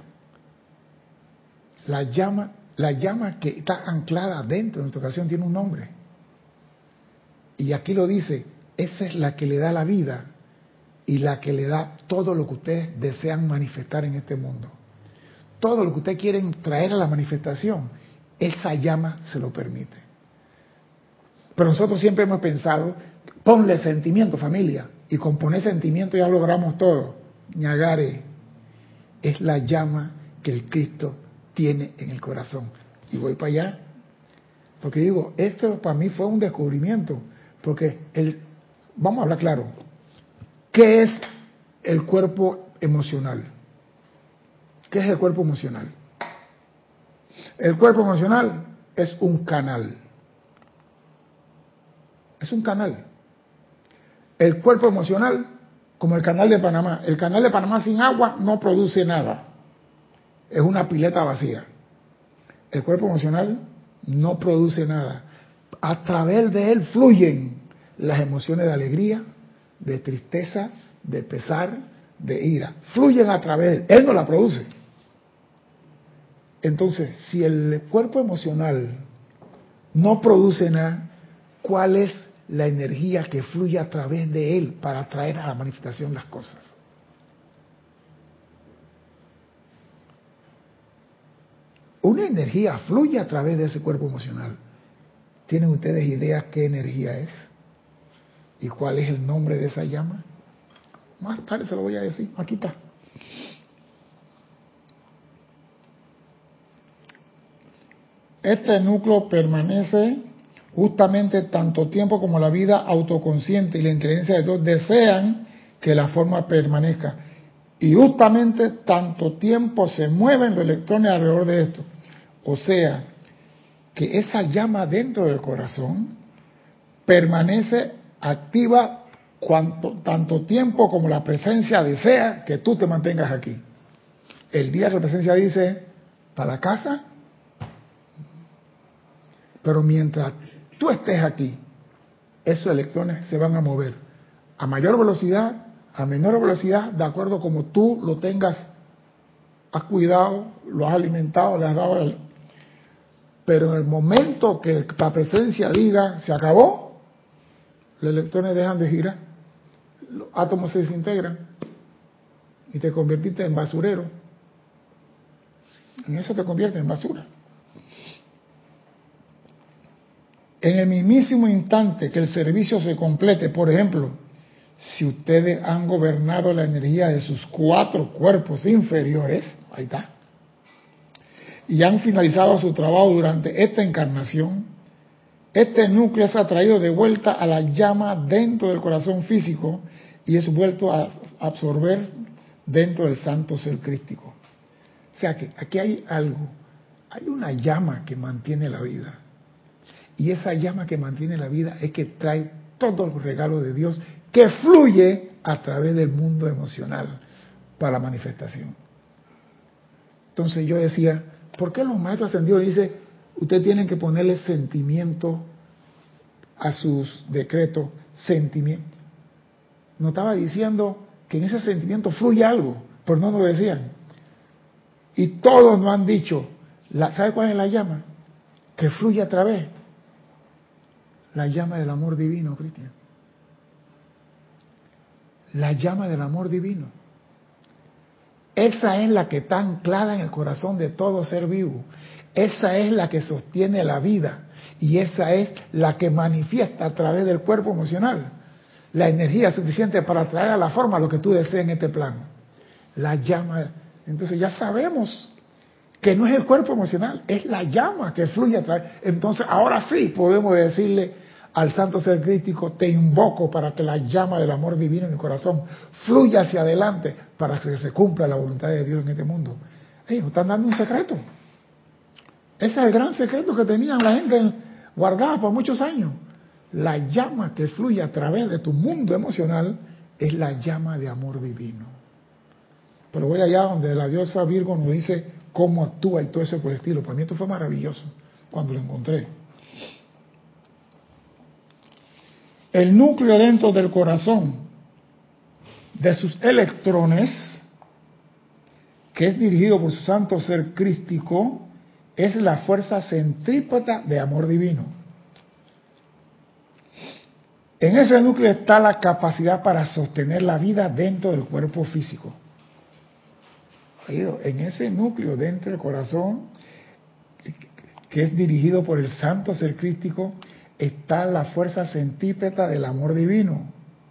La llama, la llama que está anclada dentro de nuestra corazón tiene un nombre. Y aquí lo dice, esa es la que le da la vida y la que le da todo lo que ustedes desean manifestar en este mundo. Todo lo que ustedes quieren traer a la manifestación, esa llama se lo permite. Pero nosotros siempre hemos pensado, ponle sentimiento, familia, y con poner sentimiento ya logramos todo. Ñagare, es la llama que el Cristo tiene en el corazón. Y voy para allá, porque digo, esto para mí fue un descubrimiento, porque el, vamos a hablar claro, ¿qué es el cuerpo emocional? ¿Qué es el cuerpo emocional? El cuerpo emocional es un canal. Es un canal. El cuerpo emocional, como el canal de Panamá. El canal de Panamá sin agua no produce nada. Es una pileta vacía. El cuerpo emocional no produce nada. A través de él fluyen las emociones de alegría, de tristeza, de pesar, de ira. Fluyen a través de él. Él no la produce. Entonces, si el cuerpo emocional no produce nada, ¿cuál es la energía que fluye a través de él para traer a la manifestación las cosas? Una energía fluye a través de ese cuerpo emocional. ¿Tienen ustedes idea qué energía es? ¿Y cuál es el nombre de esa llama? Más tarde se lo voy a decir. Aquí está. Este núcleo permanece justamente tanto tiempo como la vida autoconsciente y la inteligencia de Dios desean que la forma permanezca. Y justamente tanto tiempo se mueven los electrones alrededor de esto. O sea, que esa llama dentro del corazón permanece activa cuanto, tanto tiempo como la presencia desea que tú te mantengas aquí. El día que la presencia dice, para la casa, pero mientras tú estés aquí, esos electrones se van a mover a mayor velocidad, a menor velocidad, de acuerdo como tú lo tengas, has cuidado, lo has alimentado, le has dado el... Pero en el momento que la presencia diga, se acabó, los electrones dejan de girar, los átomos se desintegran y te convertiste en basurero. En eso te convierte en basura. En el mismísimo instante que el servicio se complete, por ejemplo, si ustedes han gobernado la energía de sus cuatro cuerpos inferiores, ahí está, y han finalizado su trabajo durante esta encarnación, este núcleo es atraído de vuelta a la llama dentro del corazón físico y es vuelto a absorber dentro del santo ser crístico. O sea que aquí hay algo, hay una llama que mantiene la vida. Y esa llama que mantiene la vida es que trae todos los regalos de Dios que fluye a través del mundo emocional para la manifestación. Entonces yo decía, ¿por qué los maestros ascendidos dicen, ustedes tienen que ponerle sentimiento a sus decretos? Sentimiento. No estaba diciendo que en ese sentimiento fluye algo, pero no nos lo decían. Y todos nos han dicho, ¿sabe cuál es la llama? Que fluye a través. La llama del amor divino, Cristian. La llama del amor divino. Esa es la que está anclada en el corazón de todo ser vivo. Esa es la que sostiene la vida. Y esa es la que manifiesta a través del cuerpo emocional la energía suficiente para traer a la forma lo que tú deseas en este plano. La llama. Entonces ya sabemos que no es el cuerpo emocional, es la llama que fluye a través. Entonces ahora sí podemos decirle al santo ser crítico, te invoco para que la llama del amor divino en el corazón fluya hacia adelante para que se cumpla la voluntad de Dios en este mundo. Ellos están dando un secreto. Ese es el gran secreto que tenían la gente guardada por muchos años. La llama que fluye a través de tu mundo emocional es la llama de amor divino. Pero voy allá donde la diosa Virgo nos dice cómo actúa y todo eso por el estilo. Para mí esto fue maravilloso cuando lo encontré. el núcleo dentro del corazón de sus electrones, que es dirigido por su santo ser crístico, es la fuerza centrípeta de amor divino. En ese núcleo está la capacidad para sostener la vida dentro del cuerpo físico. En ese núcleo dentro del corazón, que es dirigido por el santo ser crístico, está la fuerza centrípeta del amor divino.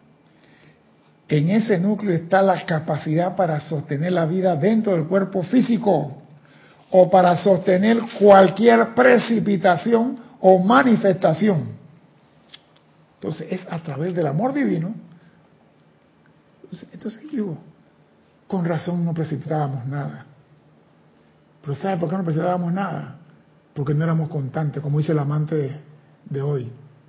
En ese núcleo está la capacidad para sostener la vida dentro del cuerpo físico o para sostener cualquier precipitación o manifestación. Entonces es a través del amor divino. Entonces, entonces yo, con razón no precipitábamos nada. Pero ¿sabe por qué no precipitábamos nada? Porque no éramos constantes, como dice el amante de, de hoy.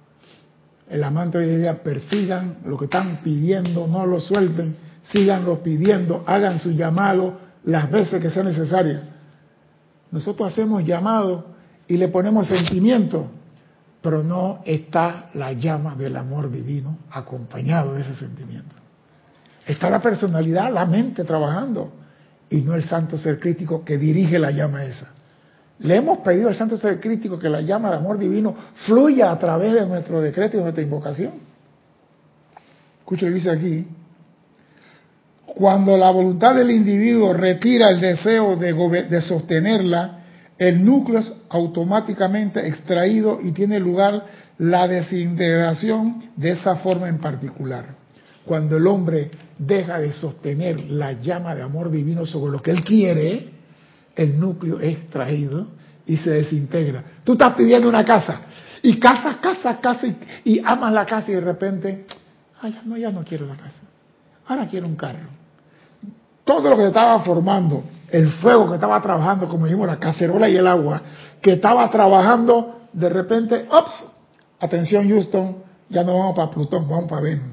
El amante hoy día: persigan lo que están pidiendo, no lo suelten, síganlo pidiendo, hagan su llamado las veces que sea necesaria. Nosotros hacemos llamado y le ponemos sentimiento, pero no está la llama del amor divino acompañado de ese sentimiento. Está la personalidad, la mente trabajando, y no el santo ser crítico que dirige la llama esa. Le hemos pedido al santo ser crítico que la llama de amor divino fluya a través de nuestro decreto y de nuestra invocación. Escucha lo que dice aquí. Cuando la voluntad del individuo retira el deseo de, de sostenerla, el núcleo es automáticamente extraído y tiene lugar la desintegración de esa forma en particular. Cuando el hombre deja de sostener la llama de amor divino sobre lo que él quiere, el núcleo es extraído y se desintegra. Tú estás pidiendo una casa y casa, casa, casa y, y amas la casa y de repente, ay, no, ya no quiero la casa, ahora quiero un carro. Todo lo que estaba formando, el fuego que estaba trabajando, como dijimos, la cacerola y el agua, que estaba trabajando, de repente, ¡ops! Atención Houston, ya no vamos para Plutón, vamos para Venus.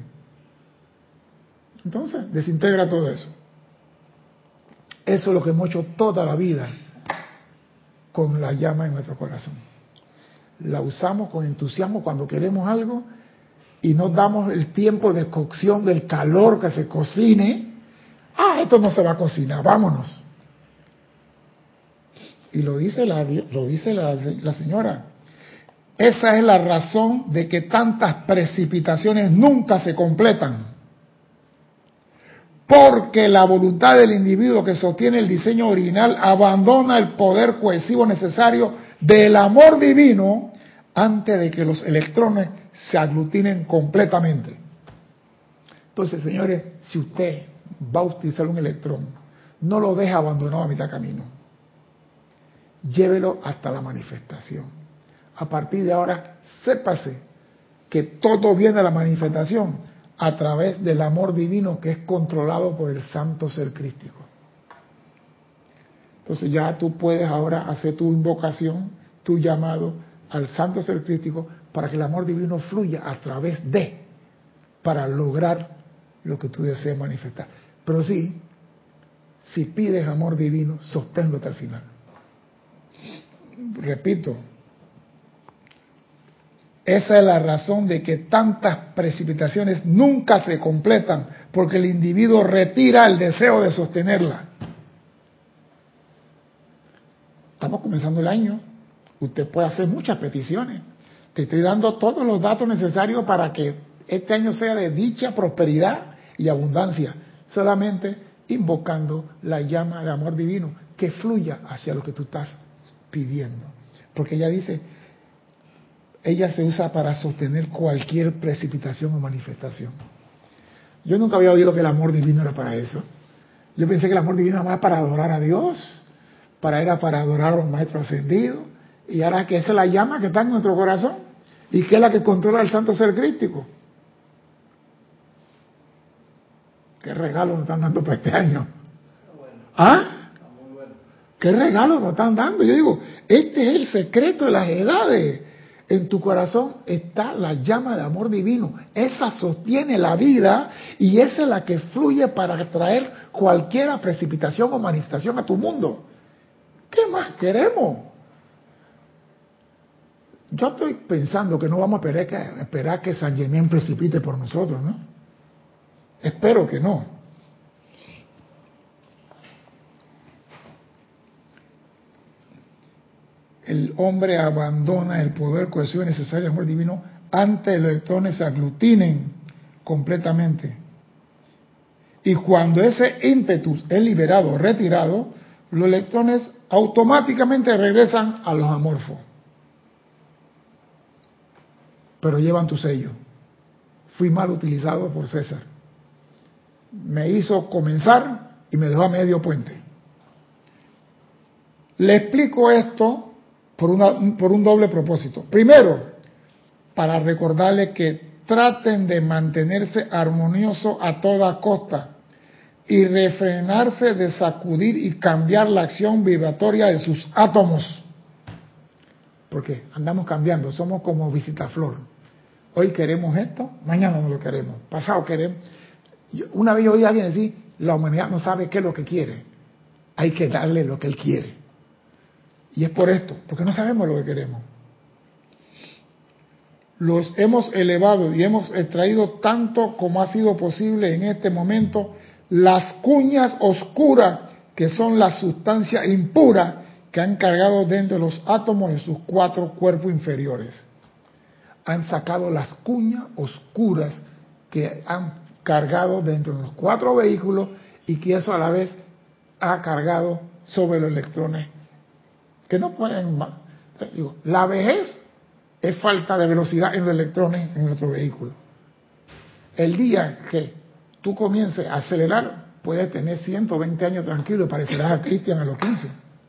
Entonces, desintegra todo eso. Eso es lo que hemos hecho toda la vida con la llama en nuestro corazón. La usamos con entusiasmo cuando queremos algo y nos damos el tiempo de cocción del calor que se cocine. Ah, esto no se va a cocinar, vámonos. Y lo dice la, lo dice la, la señora. Esa es la razón de que tantas precipitaciones nunca se completan. Porque la voluntad del individuo que sostiene el diseño original abandona el poder cohesivo necesario del amor divino antes de que los electrones se aglutinen completamente. Entonces, señores, si usted va a utilizar un electrón, no lo deje abandonado a mitad de camino. Llévelo hasta la manifestación. A partir de ahora, sépase que todo viene a la manifestación a través del amor divino que es controlado por el santo ser crístico. Entonces ya tú puedes ahora hacer tu invocación, tu llamado al santo ser crístico para que el amor divino fluya a través de, para lograr lo que tú deseas manifestar. Pero sí, si pides amor divino, sosténlo hasta el final. Repito, esa es la razón de que tantas precipitaciones nunca se completan, porque el individuo retira el deseo de sostenerla. Estamos comenzando el año, usted puede hacer muchas peticiones. Te estoy dando todos los datos necesarios para que este año sea de dicha, prosperidad y abundancia, solamente invocando la llama de amor divino que fluya hacia lo que tú estás pidiendo. Porque ella dice, ella se usa para sostener cualquier precipitación o manifestación. Yo nunca había oído que el amor divino era para eso. Yo pensé que el amor divino era más para adorar a Dios, para era para adorar a los maestros ascendidos, y ahora que esa es la llama que está en nuestro corazón y que es la que controla el santo ser crístico. ¿Qué regalo nos están dando para este año? ¿Ah? ¿Qué regalo nos están dando? Yo digo, este es el secreto de las edades. En tu corazón está la llama de amor divino. Esa sostiene la vida y esa es la que fluye para traer cualquier precipitación o manifestación a tu mundo. ¿Qué más queremos? yo estoy pensando que no vamos a esperar que, esperar que San Germán precipite por nosotros, ¿no? Espero que no. El hombre abandona el poder cohesivo necesario del amor divino antes de los electrones se aglutinen completamente. Y cuando ese ímpetus es liberado o retirado, los electrones automáticamente regresan a los amorfos. Pero llevan tu sello. Fui mal utilizado por César. Me hizo comenzar y me dejó a medio puente. Le explico esto por, una, por un doble propósito. Primero, para recordarles que traten de mantenerse armoniosos a toda costa y refrenarse de sacudir y cambiar la acción vibratoria de sus átomos. Porque andamos cambiando, somos como visitaflor. Hoy queremos esto, mañana no lo queremos, pasado queremos. Una vez oí a alguien decir, la humanidad no sabe qué es lo que quiere, hay que darle lo que él quiere. Y es por esto, porque no sabemos lo que queremos. Los hemos elevado y hemos extraído tanto como ha sido posible en este momento las cuñas oscuras que son la sustancia impura que han cargado dentro de los átomos de sus cuatro cuerpos inferiores. Han sacado las cuñas oscuras que han cargado dentro de los cuatro vehículos y que eso a la vez ha cargado sobre los electrones que no pueden más. Digo, la vejez es falta de velocidad en los electrones en nuestro vehículo. El día que tú comiences a acelerar, puedes tener ciento veinte años tranquilo y parecerás a Cristian a los quince.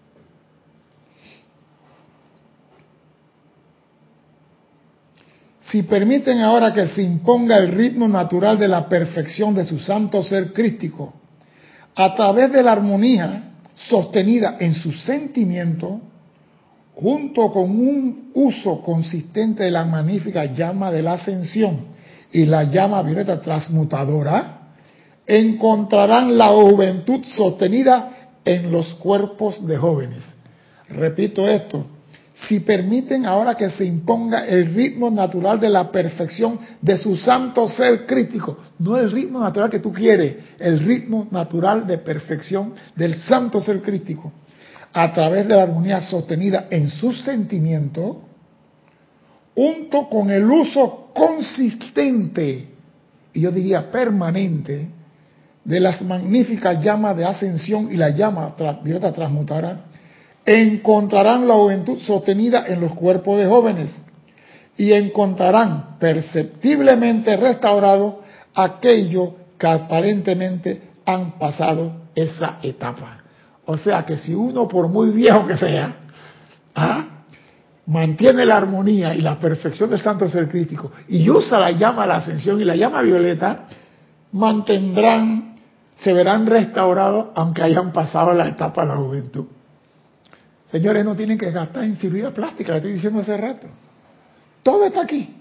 Si permiten ahora que se imponga el ritmo natural de la perfección de su santo ser crístico, a través de la armonía sostenida en su sentimiento, junto con un uso consistente de la magnífica llama de la ascensión y la llama violeta transmutadora, encontrarán la juventud sostenida en los cuerpos de jóvenes. Repito esto, si permiten ahora que se imponga el ritmo natural de la perfección de su santo ser crítico, no el ritmo natural que tú quieres, el ritmo natural de perfección del santo ser crítico, a través de la armonía sostenida en sus sentimientos, junto con el uso consistente, y yo diría permanente, de las magníficas llamas de ascensión y la llama violeta transmutadora, encontrarán la juventud sostenida en los cuerpos de jóvenes y encontrarán perceptiblemente restaurado aquello que aparentemente han pasado esa etapa. O sea que si uno, por muy viejo que sea, ¿ah? mantiene la armonía y la perfección del santo ser crítico y usa la llama de la ascensión y la llama violeta, mantendrán, se verán restaurados aunque hayan pasado la etapa de la juventud. Señores, no tienen que gastar en cirugía plástica, le estoy diciendo hace rato. Todo está aquí.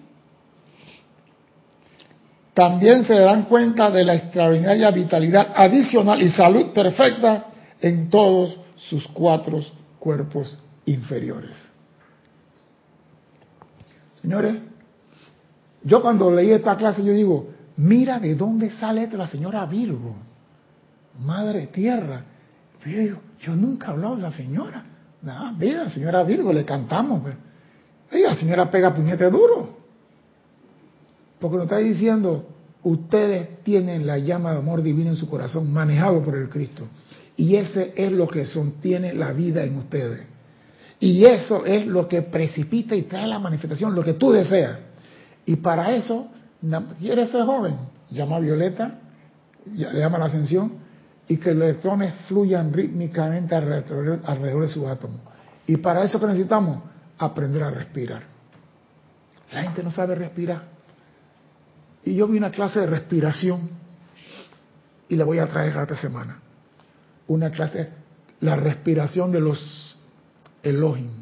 También se darán cuenta de la extraordinaria vitalidad adicional y salud perfecta en todos sus cuatro cuerpos inferiores. Señores, yo cuando leí esta clase yo digo, mira de dónde sale esto la señora Virgo, Madre Tierra. Yo digo, yo nunca he hablado de la señora. Nada, mira, la señora Virgo, le cantamos. Pero, la señora pega puñete duro. Porque nos está diciendo, ustedes tienen la llama de amor divino en su corazón, manejado por el Cristo. Y ese es lo que sostiene la vida en ustedes. Y eso es lo que precipita y trae la manifestación, lo que tú deseas. Y para eso, ¿quieres ser joven? Llama a Violeta, llama a la ascensión, y que los electrones fluyan rítmicamente alrededor, alrededor de sus átomos. Y para eso que necesitamos, aprender a respirar. La gente no sabe respirar. Y yo vi una clase de respiración, y la voy a traer esta semana. Una clase, la respiración de los Elohim.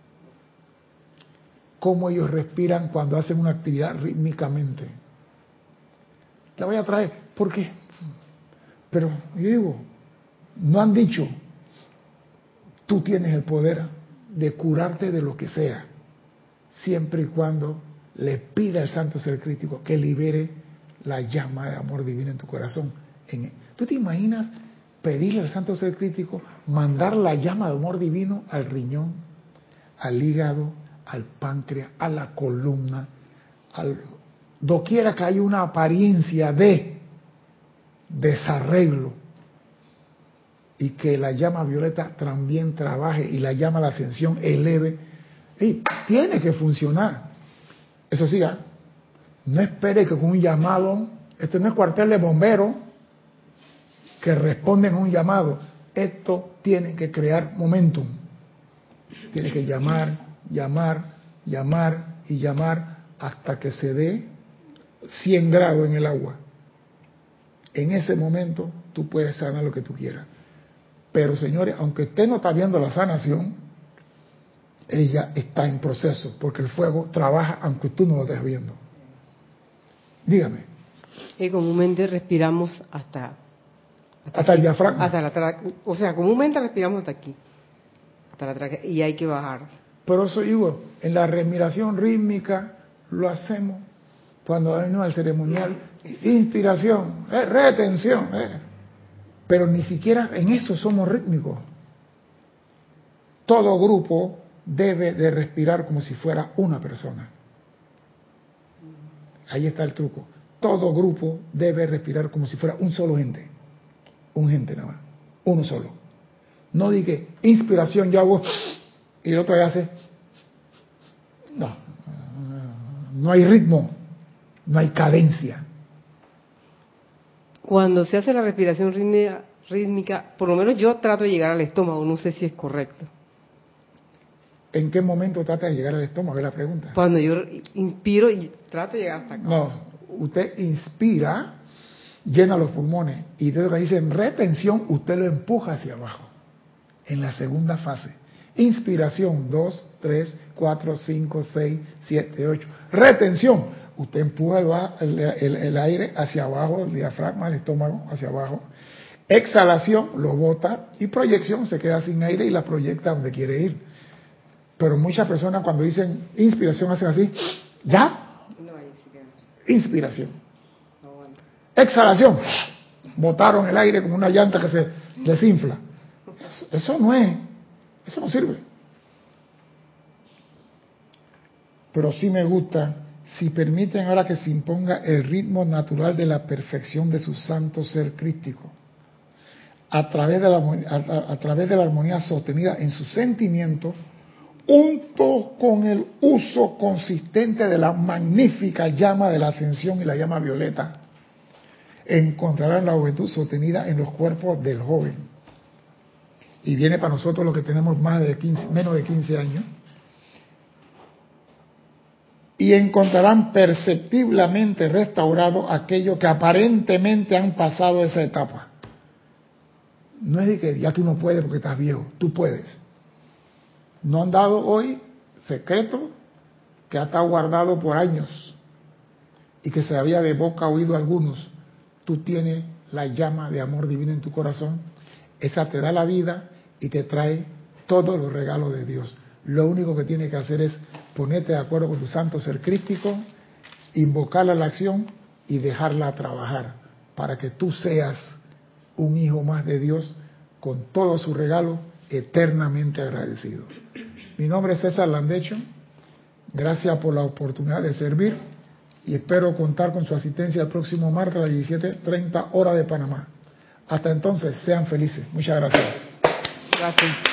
Cómo ellos respiran cuando hacen una actividad rítmicamente. La voy a traer, porque, pero yo digo, no han dicho, tú tienes el poder de curarte de lo que sea. siempre y cuando le pida al santo ser crítico que libere la llama de amor divino en tu corazón. ¿Tú te imaginas pedirle al santo ser crítico mandar la llama de amor divino al riñón, al hígado, al páncreas, a la columna, al doquiera que hay una apariencia de desarreglo, y que la llama violeta también trabaje y la llama de ascensión eleve? Y tiene que funcionar. Eso sí, ¿eh? No espere que con un llamado, este no es cuartel de bomberos que responden a un llamado. Esto tiene que crear momentum. Tiene que llamar, llamar, llamar y llamar hasta que se dé cien grados en el agua. En ese momento tú puedes sanar lo que tú quieras. Pero señores, aunque usted no está viendo la sanación, ella está en proceso, porque el fuego trabaja aunque tú no lo estés viendo. Dígame. Y comúnmente respiramos hasta hasta, hasta el diafragma. Hasta la o sea, comúnmente respiramos hasta aquí, hasta la tráquea, y hay que bajar. Pero eso digo, en la respiración rítmica lo hacemos cuando hay no al ceremonial, inspiración, eh, retención, eh. Pero ni siquiera en eso somos rítmicos. Todo grupo debe de respirar como si fuera una persona. Ahí está el truco. Todo grupo debe respirar como si fuera un solo ente. Un ente nada más. Uno solo. No diga inspiración, yo hago y el otro ya hace. No. No hay ritmo. No hay cadencia. Cuando se hace la respiración rítmica, rítmica, por lo menos yo trato de llegar al estómago, no sé si es correcto. ¿En qué momento trata de llegar al estómago? Es la pregunta. Cuando yo inspiro y trato de llegar hasta acá. No, usted inspira, llena los pulmones, y de lo que dice en retención, usted lo empuja hacia abajo. En la segunda fase. Inspiración, dos, tres, cuatro, cinco, seis, siete, ocho. Retención. Usted empuja el, el, el aire hacia abajo, el diafragma, el estómago, hacia abajo. Exhalación, lo bota, y proyección, se queda sin aire y la proyecta donde quiere ir. Pero muchas personas cuando dicen inspiración hacen así, ¿ya? No, ahí sí que... Inspiración. No, bueno. Exhalación, botaron el aire como una llanta que se desinfla. Eso, eso no es, eso no sirve. Pero sí me gusta, si permiten ahora que se imponga el ritmo natural de la perfección de su santo ser crístico, a través de la, a, a través de la armonía sostenida en sus sentimientos, junto con el uso consistente de la magnífica llama de la ascensión y la llama violeta, encontrarán la juventud sostenida en los cuerpos del joven. Y viene para nosotros los que tenemos más de quince, menos de quince años, y encontrarán perceptiblemente restaurado aquello que aparentemente han pasado esa etapa. No es de que ya tú no puedes porque estás viejo, tú puedes. No han dado hoy secreto que ha estado guardado por años y que se había de boca oído a algunos. Tú tienes la llama de amor divino en tu corazón, esa te da la vida y te trae todos los regalos de Dios. Lo único que tienes que hacer es ponerte de acuerdo con tu santo ser crístico, invocarla a la acción y dejarla trabajar para que tú seas un hijo más de Dios con todo su regalo eternamente agradecido. Mi nombre es César Landecho, gracias por la oportunidad de servir y espero contar con su asistencia el próximo martes a las diecisiete treinta hora de Panamá. Hasta entonces, sean felices. Muchas gracias. Gracias.